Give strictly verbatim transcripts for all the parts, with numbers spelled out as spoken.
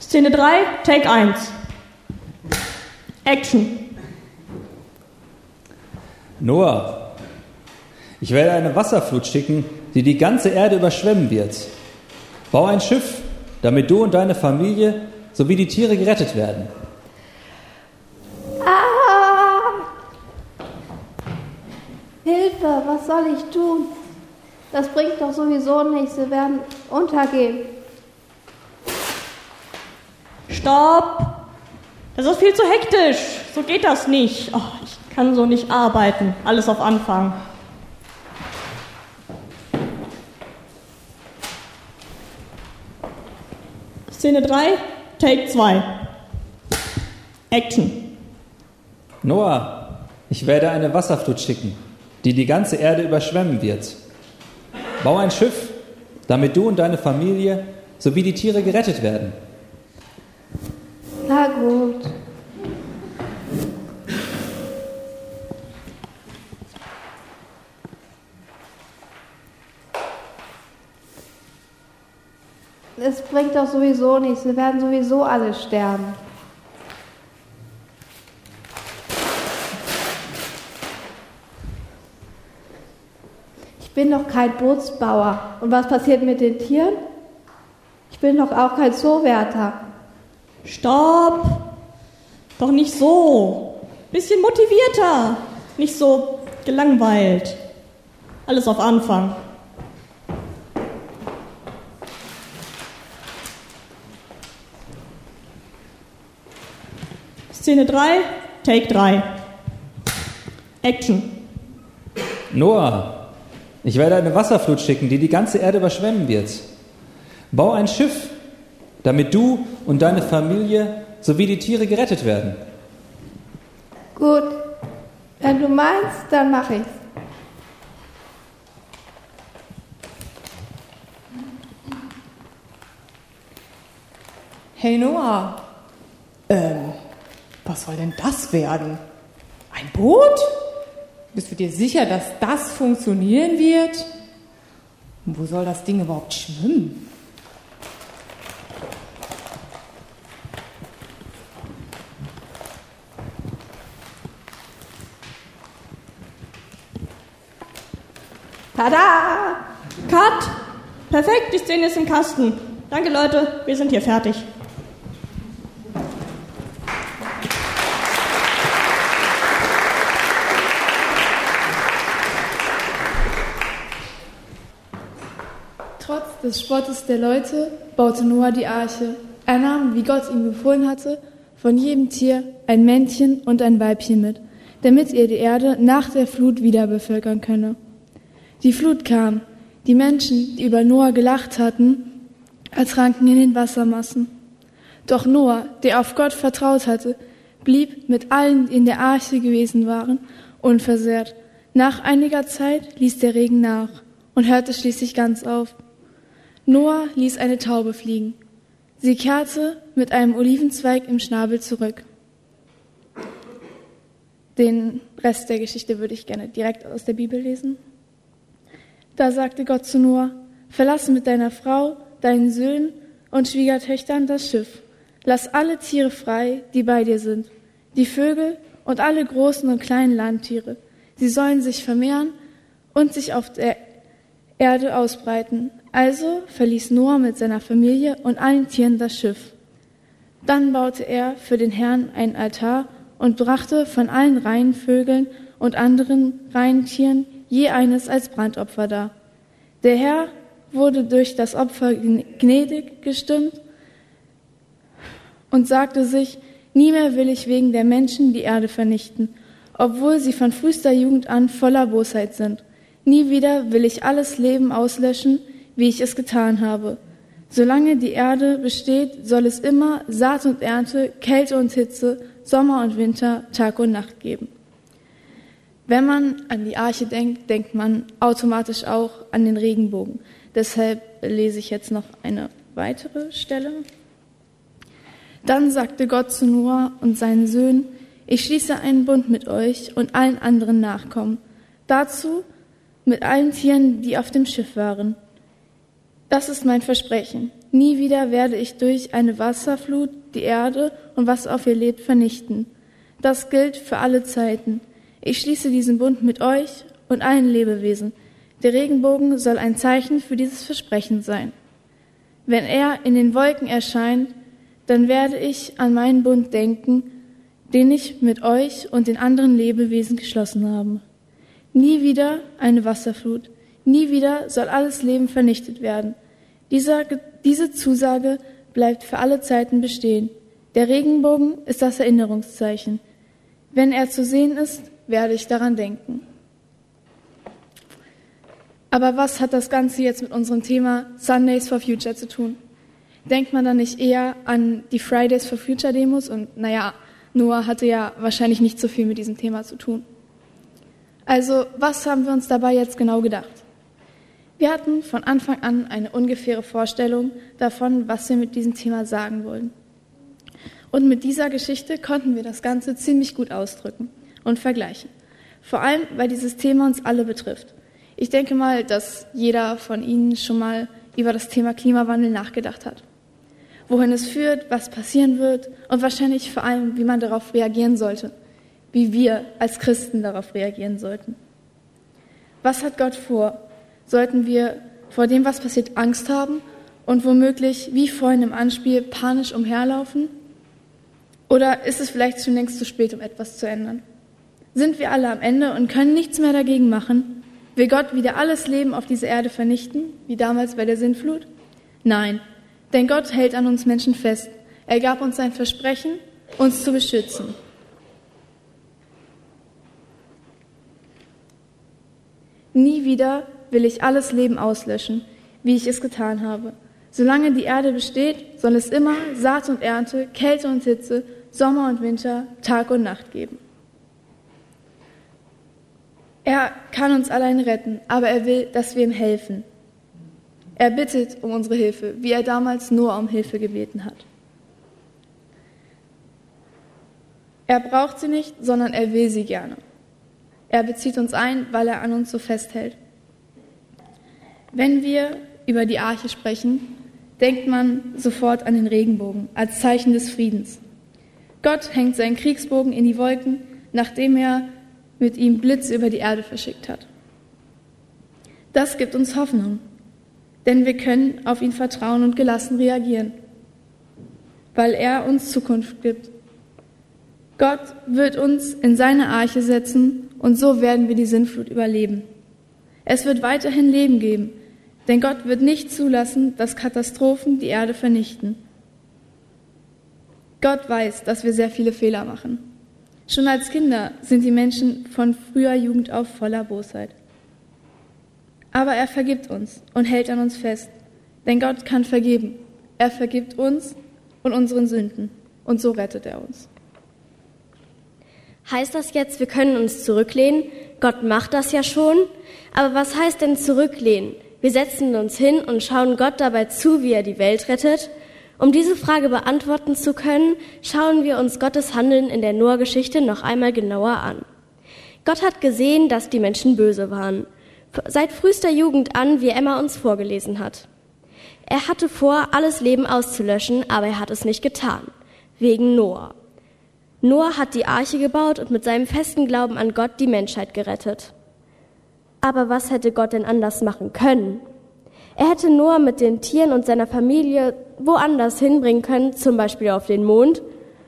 Szene drei, Take eins. Action. Noah, ich werde eine Wasserflut schicken, die die ganze Erde überschwemmen wird. Bau ein Schiff, damit du und deine Familie sowie die Tiere gerettet werden. Ah! Hilfe, was soll ich tun? Das bringt doch sowieso nichts, wir werden untergehen. Stopp! Das ist viel zu hektisch. So geht das nicht. Oh, ich kann so nicht arbeiten. Alles auf Anfang. Szene drei, Take zwei. Action. Noah, ich werde eine Wasserflut schicken, die die ganze Erde überschwemmen wird. Bau ein Schiff, damit du und deine Familie sowie die Tiere gerettet werden. Na gut. Es bringt doch sowieso nichts, wir werden sowieso alle sterben. Ich bin doch kein Bootsbauer. Und was passiert mit den Tieren? Ich bin doch auch kein Zoowärter. Stopp! Doch nicht so. Bisschen motivierter. Nicht so gelangweilt. Alles auf Anfang. Szene drei, Take drei. Action. Noah, ich werde eine Wasserflut schicken, die die ganze Erde überschwemmen wird. Bau ein Schiff, damit du und deine Familie sowie die Tiere gerettet werden. Gut, wenn du meinst, dann mach ich's. Hey Noah, ähm, was soll denn das werden? Ein Boot? Bist du dir sicher, dass das funktionieren wird? Und wo soll das Ding überhaupt schwimmen? Tada! Cut! Perfekt, die Szene ist im Kasten. Danke, Leute, wir sind hier fertig. Trotz des Spottes der Leute baute Noah die Arche. Er nahm, wie Gott ihm befohlen hatte, von jedem Tier ein Männchen und ein Weibchen mit, damit er die Erde nach der Flut wieder bevölkern könne. Die Flut kam. Die Menschen, die über Noah gelacht hatten, ertranken in den Wassermassen. Doch Noah, der auf Gott vertraut hatte, blieb mit allen, die in der Arche gewesen waren, unversehrt. Nach einiger Zeit ließ der Regen nach und hörte schließlich ganz auf. Noah ließ eine Taube fliegen. Sie kehrte mit einem Olivenzweig im Schnabel zurück. Den Rest der Geschichte würde ich gerne direkt aus der Bibel lesen. Da sagte Gott zu Noah: Verlasse mit deiner Frau, deinen Söhnen und Schwiegertöchtern das Schiff. Lass alle Tiere frei, die bei dir sind, die Vögel und alle großen und kleinen Landtiere. Sie sollen sich vermehren und sich auf der Erde ausbreiten. Also verließ Noah mit seiner Familie und allen Tieren das Schiff. Dann baute er für den Herrn einen Altar und brachte von allen reinen Vögeln und anderen reinen Tieren je eines als Brandopfer dar. Der Herr wurde durch das Opfer gnädig gestimmt und sagte sich: Nie mehr will ich wegen der Menschen die Erde vernichten, obwohl sie von frühester Jugend an voller Bosheit sind. Nie wieder will ich alles Leben auslöschen, wie ich es getan habe. Solange die Erde besteht, soll es immer Saat und Ernte, Kälte und Hitze, Sommer und Winter, Tag und Nacht geben. Wenn man an die Arche denkt, denkt man automatisch auch an den Regenbogen. Deshalb lese ich jetzt noch eine weitere Stelle. Dann sagte Gott zu Noah und seinen Söhnen: Ich schließe einen Bund mit euch und allen anderen Nachkommen. Dazu mit allen Tieren, die auf dem Schiff waren. Das ist mein Versprechen. Nie wieder werde ich durch eine Wasserflut die Erde und was auf ihr lebt vernichten. Das gilt für alle Zeiten. Ich schließe diesen Bund mit euch und allen Lebewesen. Der Regenbogen soll ein Zeichen für dieses Versprechen sein. Wenn er in den Wolken erscheint, dann werde ich an meinen Bund denken, den ich mit euch und den anderen Lebewesen geschlossen habe. Nie wieder eine Wasserflut. Nie wieder soll alles Leben vernichtet werden. Dieser, diese Zusage bleibt für alle Zeiten bestehen. Der Regenbogen ist das Erinnerungszeichen. Wenn er zu sehen ist, werde ich daran denken. Aber was hat das Ganze jetzt mit unserem Thema Sundays for Future zu tun? Denkt man dann nicht eher an die Fridays for Future Demos? Und naja, Noah hatte ja wahrscheinlich nicht so viel mit diesem Thema zu tun. Also, was haben wir uns dabei jetzt genau gedacht? Wir hatten von Anfang an eine ungefähre Vorstellung davon, was wir mit diesem Thema sagen wollen. Und mit dieser Geschichte konnten wir das Ganze ziemlich gut ausdrücken und vergleichen. Vor allem, weil dieses Thema uns alle betrifft. Ich denke mal, dass jeder von Ihnen schon mal über das Thema Klimawandel nachgedacht hat. Wohin es führt, was passieren wird und wahrscheinlich vor allem, wie man darauf reagieren sollte. Wie wir als Christen darauf reagieren sollten. Was hat Gott vor? Sollten wir vor dem, was passiert, Angst haben und womöglich, wie vorhin im Anspiel, panisch umherlaufen? Oder ist es vielleicht schon längst zu spät, um etwas zu ändern? Sind wir alle am Ende und können nichts mehr dagegen machen? Will Gott wieder alles Leben auf dieser Erde vernichten, wie damals bei der Sintflut? Nein, denn Gott hält an uns Menschen fest. Er gab uns sein Versprechen, uns zu beschützen. Nie wieder will ich alles Leben auslöschen, wie ich es getan habe. Solange die Erde besteht, soll es immer Saat und Ernte, Kälte und Hitze, Sommer und Winter, Tag und Nacht geben. Er kann uns allein retten, aber er will, dass wir ihm helfen. Er bittet um unsere Hilfe, wie er damals Noah um Hilfe gebeten hat. Er braucht sie nicht, sondern er will sie gerne. Er bezieht uns ein, weil er an uns so festhält. Wenn wir über die Arche sprechen, denkt man sofort an den Regenbogen als Zeichen des Friedens. Gott hängt seinen Kriegsbogen in die Wolken, nachdem er mit ihm Blitze über die Erde verschickt hat. Das gibt uns Hoffnung, denn wir können auf ihn vertrauen und gelassen reagieren, weil er uns Zukunft gibt. Gott wird uns in seine Arche setzen und so werden wir die Sintflut überleben. Es wird weiterhin Leben geben, denn Gott wird nicht zulassen, dass Katastrophen die Erde vernichten. Gott weiß, dass wir sehr viele Fehler machen. Schon als Kinder sind die Menschen von früher Jugend auf voller Bosheit. Aber er vergibt uns und hält an uns fest, denn Gott kann vergeben. Er vergibt uns und unseren Sünden und so rettet er uns. Heißt das jetzt, wir können uns zurücklehnen? Gott macht das ja schon. Aber was heißt denn zurücklehnen? Wir setzen uns hin und schauen Gott dabei zu, wie er die Welt rettet. Um diese Frage beantworten zu können, schauen wir uns Gottes Handeln in der Noah-Geschichte noch einmal genauer an. Gott hat gesehen, dass die Menschen böse waren. Seit frühester Jugend an, wie Emma uns vorgelesen hat. Er hatte vor, alles Leben auszulöschen, aber er hat es nicht getan. Wegen Noah. Noah hat die Arche gebaut und mit seinem festen Glauben an Gott die Menschheit gerettet. Aber was hätte Gott denn anders machen können? Er hätte Noah mit den Tieren und seiner Familie woanders hinbringen können, zum Beispiel auf den Mond,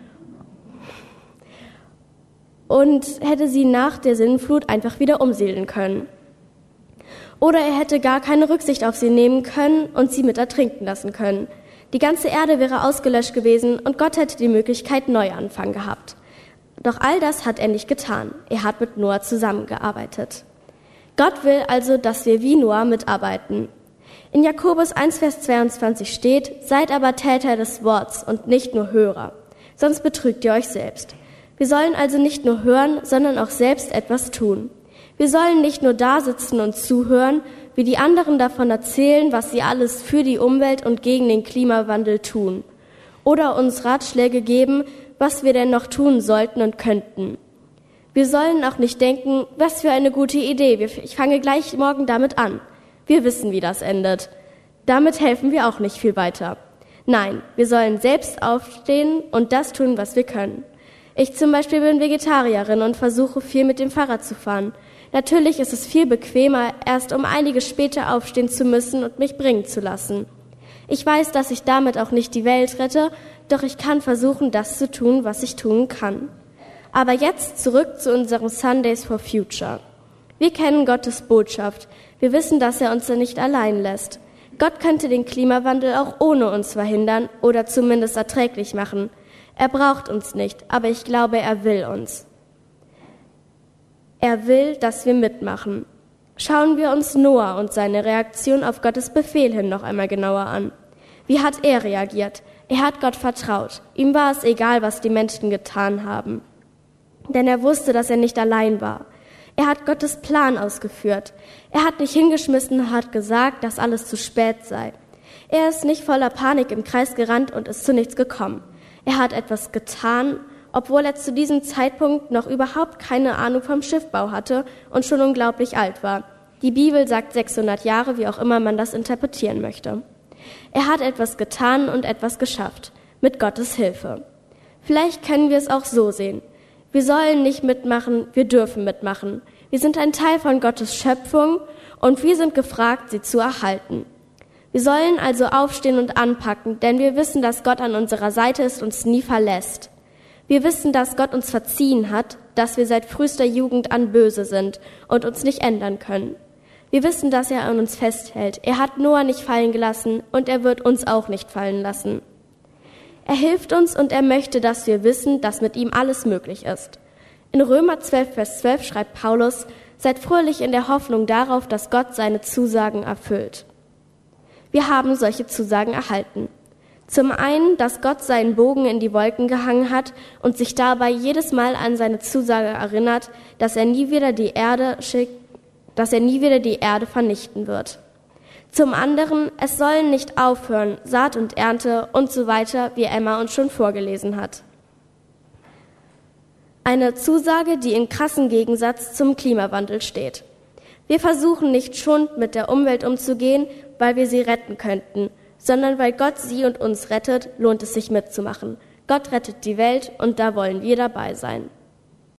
und hätte sie nach der Sintflut einfach wieder umsiedeln können. Oder er hätte gar keine Rücksicht auf sie nehmen können und sie mit ertrinken lassen können. Die ganze Erde wäre ausgelöscht gewesen und Gott hätte die Möglichkeit, Neuanfang gehabt. Doch all das hat er nicht getan. Er hat mit Noah zusammengearbeitet. Gott will also, dass wir wie Noah mitarbeiten. In Jakobus eins, Vers zweiundzwanzig steht, seid aber Täter des Worts und nicht nur Hörer, sonst betrügt ihr euch selbst. Wir sollen also nicht nur hören, sondern auch selbst etwas tun. Wir sollen nicht nur da sitzen und zuhören, wie die anderen davon erzählen, was sie alles für die Umwelt und gegen den Klimawandel tun. Oder uns Ratschläge geben, was wir denn noch tun sollten und könnten. Wir sollen auch nicht denken, was für eine gute Idee, ich fange gleich morgen damit an. Wir wissen, wie das endet. Damit helfen wir auch nicht viel weiter. Nein, wir sollen selbst aufstehen und das tun, was wir können. Ich zum Beispiel bin Vegetarierin und versuche viel mit dem Fahrrad zu fahren. Natürlich ist es viel bequemer, erst um einige später aufstehen zu müssen und mich bringen zu lassen. Ich weiß, dass ich damit auch nicht die Welt rette, doch ich kann versuchen, das zu tun, was ich tun kann. Aber jetzt zurück zu unserem Sundays for Future. Wir kennen Gottes Botschaft. Wir wissen, dass er uns nicht allein lässt. Gott könnte den Klimawandel auch ohne uns verhindern oder zumindest erträglich machen. Er braucht uns nicht, aber ich glaube, er will uns. Er will, dass wir mitmachen. Schauen wir uns Noah und seine Reaktion auf Gottes Befehl hin noch einmal genauer an. Wie hat er reagiert? Er hat Gott vertraut. Ihm war es egal, was die Menschen getan haben. Denn er wusste, dass er nicht allein war. Er hat Gottes Plan ausgeführt. Er hat nicht hingeschmissen und hat gesagt, dass alles zu spät sei. Er ist nicht voller Panik im Kreis gerannt und ist zu nichts gekommen. Er hat etwas getan, obwohl er zu diesem Zeitpunkt noch überhaupt keine Ahnung vom Schiffbau hatte und schon unglaublich alt war. Die Bibel sagt sechshundert Jahre, wie auch immer man das interpretieren möchte. Er hat etwas getan und etwas geschafft, mit Gottes Hilfe. Vielleicht können wir es auch so sehen. Wir sollen nicht mitmachen, wir dürfen mitmachen. Wir sind ein Teil von Gottes Schöpfung und wir sind gefragt, sie zu erhalten. Wir sollen also aufstehen und anpacken, denn wir wissen, dass Gott an unserer Seite ist und uns nie verlässt. Wir wissen, dass Gott uns verziehen hat, dass wir seit frühester Jugend an böse sind und uns nicht ändern können. Wir wissen, dass er an uns festhält. Er hat Noah nicht fallen gelassen und er wird uns auch nicht fallen lassen. Er hilft uns und er möchte, dass wir wissen, dass mit ihm alles möglich ist. In Römer zwölf, Vers zwölf schreibt Paulus, seid fröhlich in der Hoffnung darauf, dass Gott seine Zusagen erfüllt. Wir haben solche Zusagen erhalten. Zum einen, dass Gott seinen Bogen in die Wolken gehangen hat und sich dabei jedes Mal an seine Zusage erinnert, dass er nie wieder die Erde schickt, dass er nie wieder die Erde vernichten wird. Zum anderen, es sollen nicht aufhören, Saat und Ernte und so weiter, wie Emma uns schon vorgelesen hat. Eine Zusage, die in krassem Gegensatz zum Klimawandel steht. Wir versuchen nicht schonend mit der Umwelt umzugehen, weil wir sie retten könnten, sondern weil Gott sie und uns rettet, lohnt es sich mitzumachen. Gott rettet die Welt und da wollen wir dabei sein.